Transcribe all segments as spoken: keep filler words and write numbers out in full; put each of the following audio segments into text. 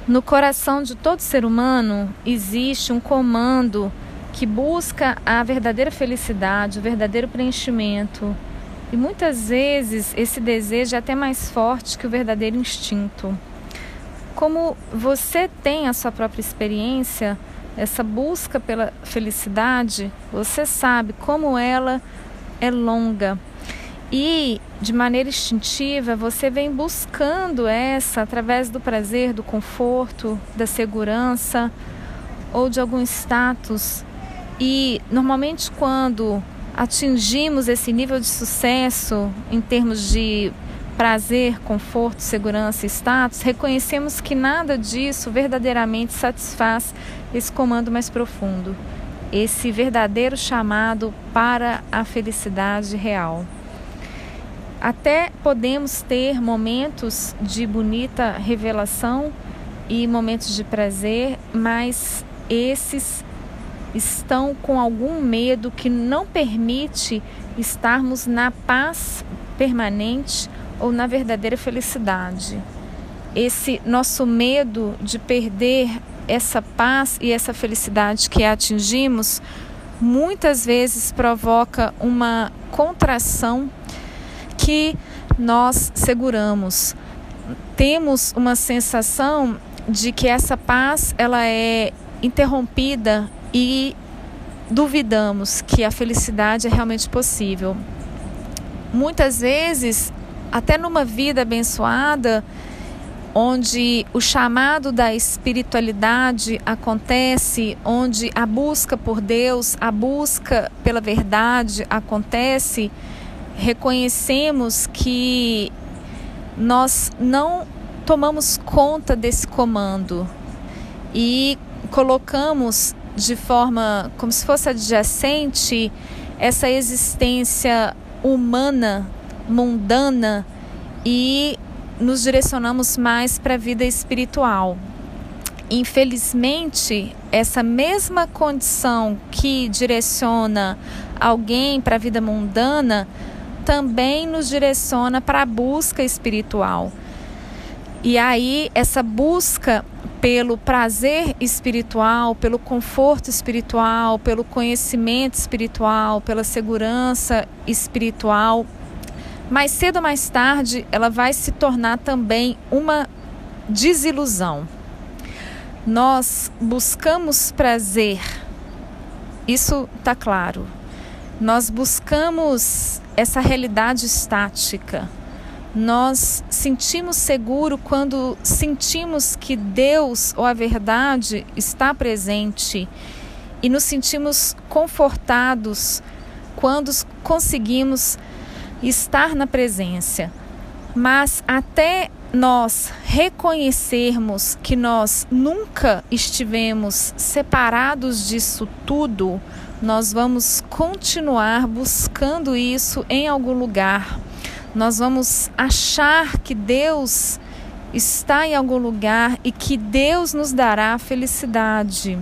No coração de todo ser humano existe um comando que busca a verdadeira felicidade, o verdadeiro preenchimento. E muitas vezes esse desejo é até mais forte que o verdadeiro instinto. Como você tem a sua própria experiência, essa busca pela felicidade, você sabe como ela é longa. E, de maneira instintiva, você vem buscando essa através do prazer, do conforto, da segurança ou de algum status. E, normalmente, quando atingimos esse nível de sucesso em termos de prazer, conforto, segurança e status, reconhecemos que nada disso verdadeiramente satisfaz esse comando mais profundo, esse verdadeiro chamado para a felicidade real. Até podemos ter momentos de bonita revelação e momentos de prazer, mas esses estão com algum medo que não permite estarmos na paz permanente ou na verdadeira felicidade. Esse nosso medo de perder essa paz e essa felicidade que atingimos muitas vezes provoca uma contração que nós seguramos. Temos uma sensação de que essa paz ela é interrompida e duvidamos que a felicidade é realmente possível. Muitas vezes, até numa vida abençoada, onde o chamado da espiritualidade acontece, onde a busca por Deus, a busca pela verdade acontece, reconhecemos que nós não tomamos conta desse comando e colocamos de forma como se fosse adjacente essa existência humana, mundana, e nos direcionamos mais para a vida espiritual. Infelizmente, essa mesma condição que direciona alguém para a vida mundana também nos direciona para a busca espiritual. E aí, essa busca pelo prazer espiritual, pelo conforto espiritual, pelo conhecimento espiritual, pela segurança espiritual, mais cedo ou mais tarde, ela vai se tornar também uma desilusão. Nós buscamos prazer, isso está claro. Nós buscamos essa realidade estática. Nós sentimos seguro quando sentimos que Deus ou a verdade está presente e nos sentimos confortados quando conseguimos estar na presença. Mas até nós reconhecermos que nós nunca estivemos separados disso tudo, nós vamos continuar buscando isso em algum lugar. Nós vamos achar que Deus está em algum lugar e que Deus nos dará felicidade.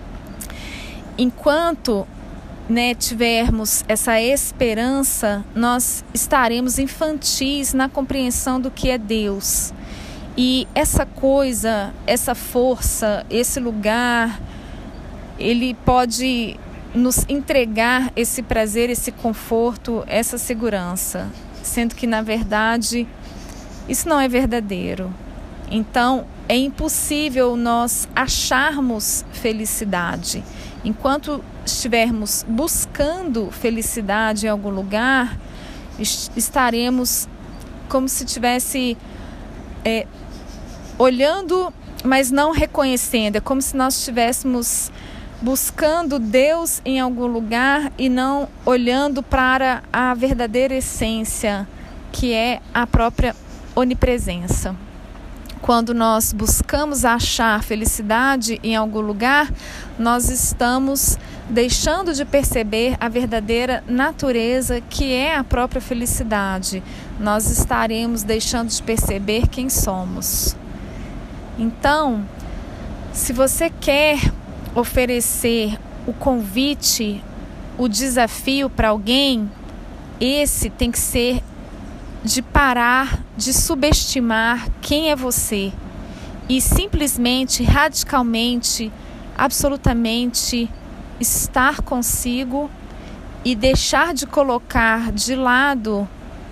Enquanto né, tivermos essa esperança, nós estaremos infantis na compreensão do que é Deus. E essa coisa, essa força, esse lugar, ele pode nos entregar esse prazer, esse conforto, essa segurança, sendo que, na verdade, isso não é verdadeiro. Então, é impossível nós acharmos felicidade. Enquanto estivermos buscando felicidade em algum lugar, estaremos como se estivesse é, olhando, mas não reconhecendo. É como se nós estivéssemos buscando Deus em algum lugar e não olhando para a verdadeira essência, que é a própria onipresença. Quando nós buscamos achar felicidade em algum lugar, nós estamos deixando de perceber a verdadeira natureza que é a própria felicidade. Nós estaremos deixando de perceber quem somos. Então, se você quer oferecer o convite, o desafio para alguém, esse tem que ser de parar de subestimar quem é você e simplesmente, radicalmente, absolutamente estar consigo e deixar de colocar de lado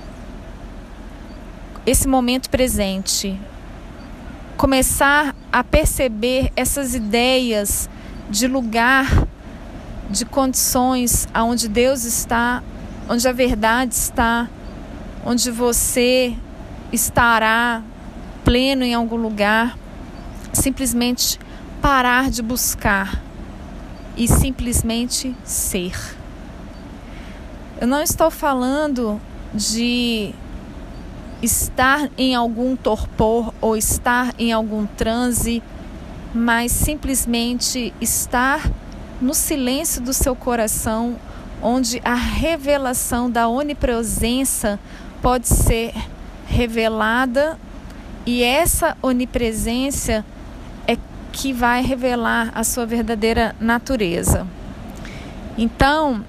esse momento presente. Começar a perceber essas ideias de lugar, de condições onde Deus está, onde a verdade está, onde você estará pleno em algum lugar. Simplesmente parar de buscar e simplesmente ser. Eu não estou falando de estar em algum torpor ou estar em algum transe, mas simplesmente estar no silêncio do seu coração, onde a revelação da onipresença pode ser revelada, e essa onipresença é que vai revelar a sua verdadeira natureza. Então,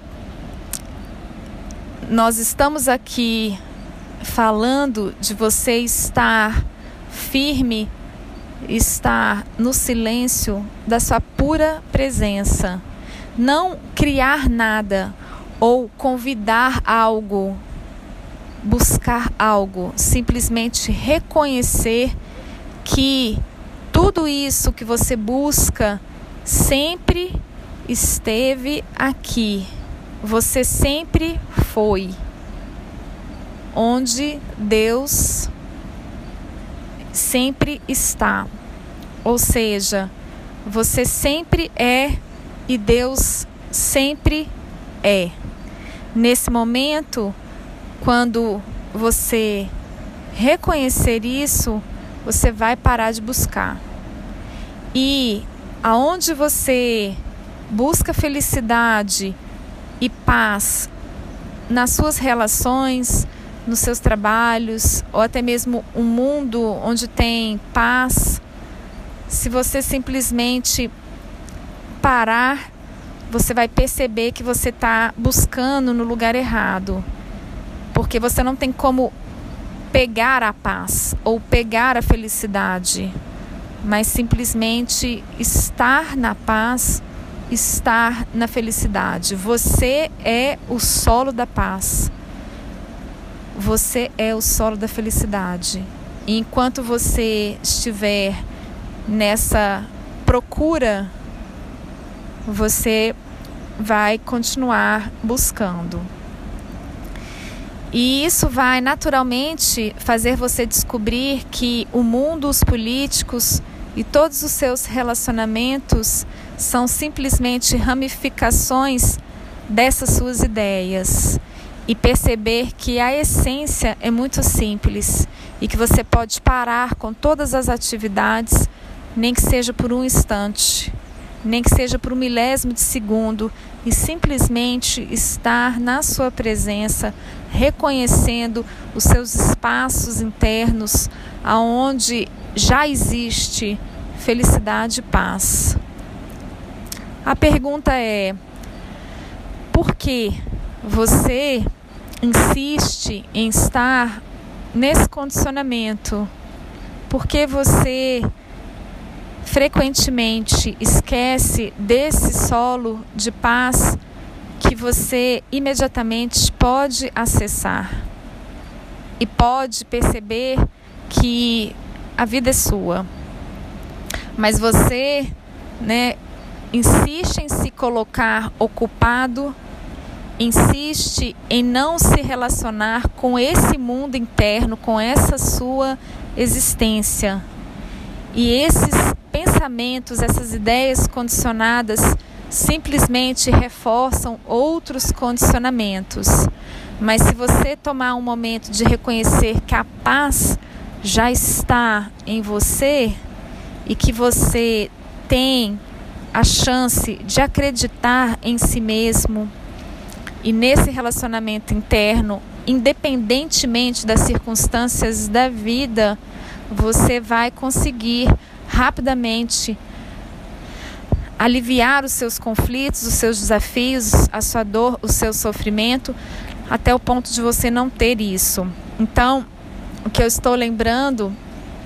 nós estamos aqui falando de você estar firme, estar no silêncio da sua pura presença. Não criar nada ou convidar algo, buscar algo. Simplesmente reconhecer que tudo isso que você busca sempre esteve aqui. Você sempre foi onde Deus sempre está. Ou seja, você sempre é e Deus sempre é. Nesse momento, quando você reconhecer isso, você vai parar de buscar. E aonde você busca felicidade e paz nas suas relações, nos seus trabalhos, ou até mesmo um mundo onde tem paz, se você simplesmente parar, você vai perceber que você está buscando no lugar errado. Porque você não tem como pegar a paz ou pegar a felicidade, mas simplesmente estar na paz, estar na felicidade. Você é o solo da paz. Você é o solo da felicidade. E enquanto você estiver nessa procura, você vai continuar buscando. E isso vai naturalmente fazer você descobrir que o mundo, os políticos e todos os seus relacionamentos são simplesmente ramificações dessas suas ideias. E perceber que a essência é muito simples e que você pode parar com todas as atividades, nem que seja por um instante, nem que seja por um milésimo de segundo, e simplesmente estar na sua presença, reconhecendo os seus espaços internos, aonde já existe felicidade e paz. A pergunta é: por que você insiste em estar nesse condicionamento? Por que você frequentemente esquece desse solo de paz que você imediatamente pode acessar e pode perceber que a vida é sua? Mas você, né, insiste em se colocar ocupado, insiste em não se relacionar com esse mundo interno, com essa sua existência. E esses pensamentos, essas ideias condicionadas simplesmente reforçam outros condicionamentos. Mas se você tomar um momento de reconhecer que a paz já está em você e que você tem a chance de acreditar em si mesmo e nesse relacionamento interno, independentemente das circunstâncias da vida, você vai conseguir rapidamente aliviar os seus conflitos, os seus desafios, a sua dor, o seu sofrimento, até o ponto de você não ter isso. Então, o que eu estou lembrando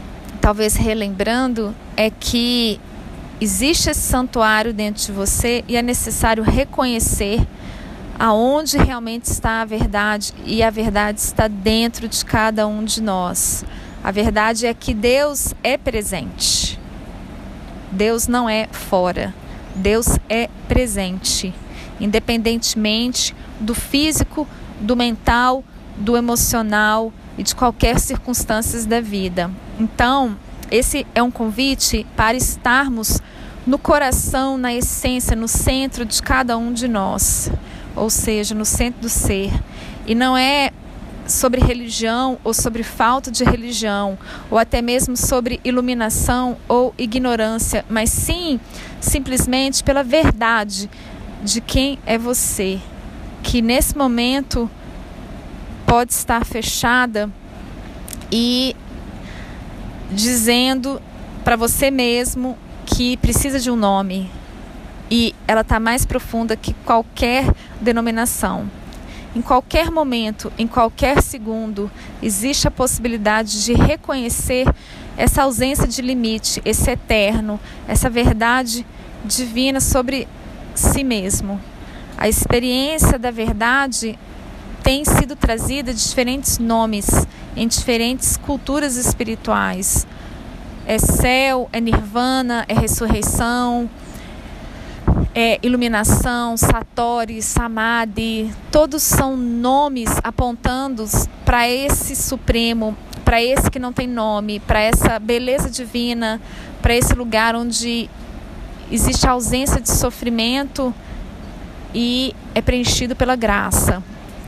talvez relembrando, é que existe esse santuário dentro de você e é necessário reconhecer aonde realmente está a verdade, e a verdade está dentro de cada um de nós. A verdade é que Deus é presente. Deus não é fora. Deus é presente, independentemente do físico, do mental, do emocional e de qualquer circunstância da vida. Então, esse é um convite para estarmos no coração, na essência, no centro de cada um de nós, ou seja, no centro do ser. E não é sobre religião ou sobre falta de religião, ou até mesmo sobre iluminação ou ignorância, mas sim, simplesmente pela verdade de quem é você, que nesse momento pode estar fechada e dizendo para você mesmo que precisa de um nome, e ela está mais profunda que qualquer denominação. Em qualquer momento, em qualquer segundo, existe a possibilidade de reconhecer essa ausência de limite, esse eterno, essa verdade divina sobre si mesmo. A experiência da verdade tem sido trazida de diferentes nomes, em diferentes culturas espirituais. É céu, é nirvana, é ressurreição, é iluminação, satori, samadhi. Todos são nomes apontando para esse supremo, para esse que não tem nome, para essa beleza divina, para esse lugar onde existe a ausência de sofrimento e é preenchido pela graça.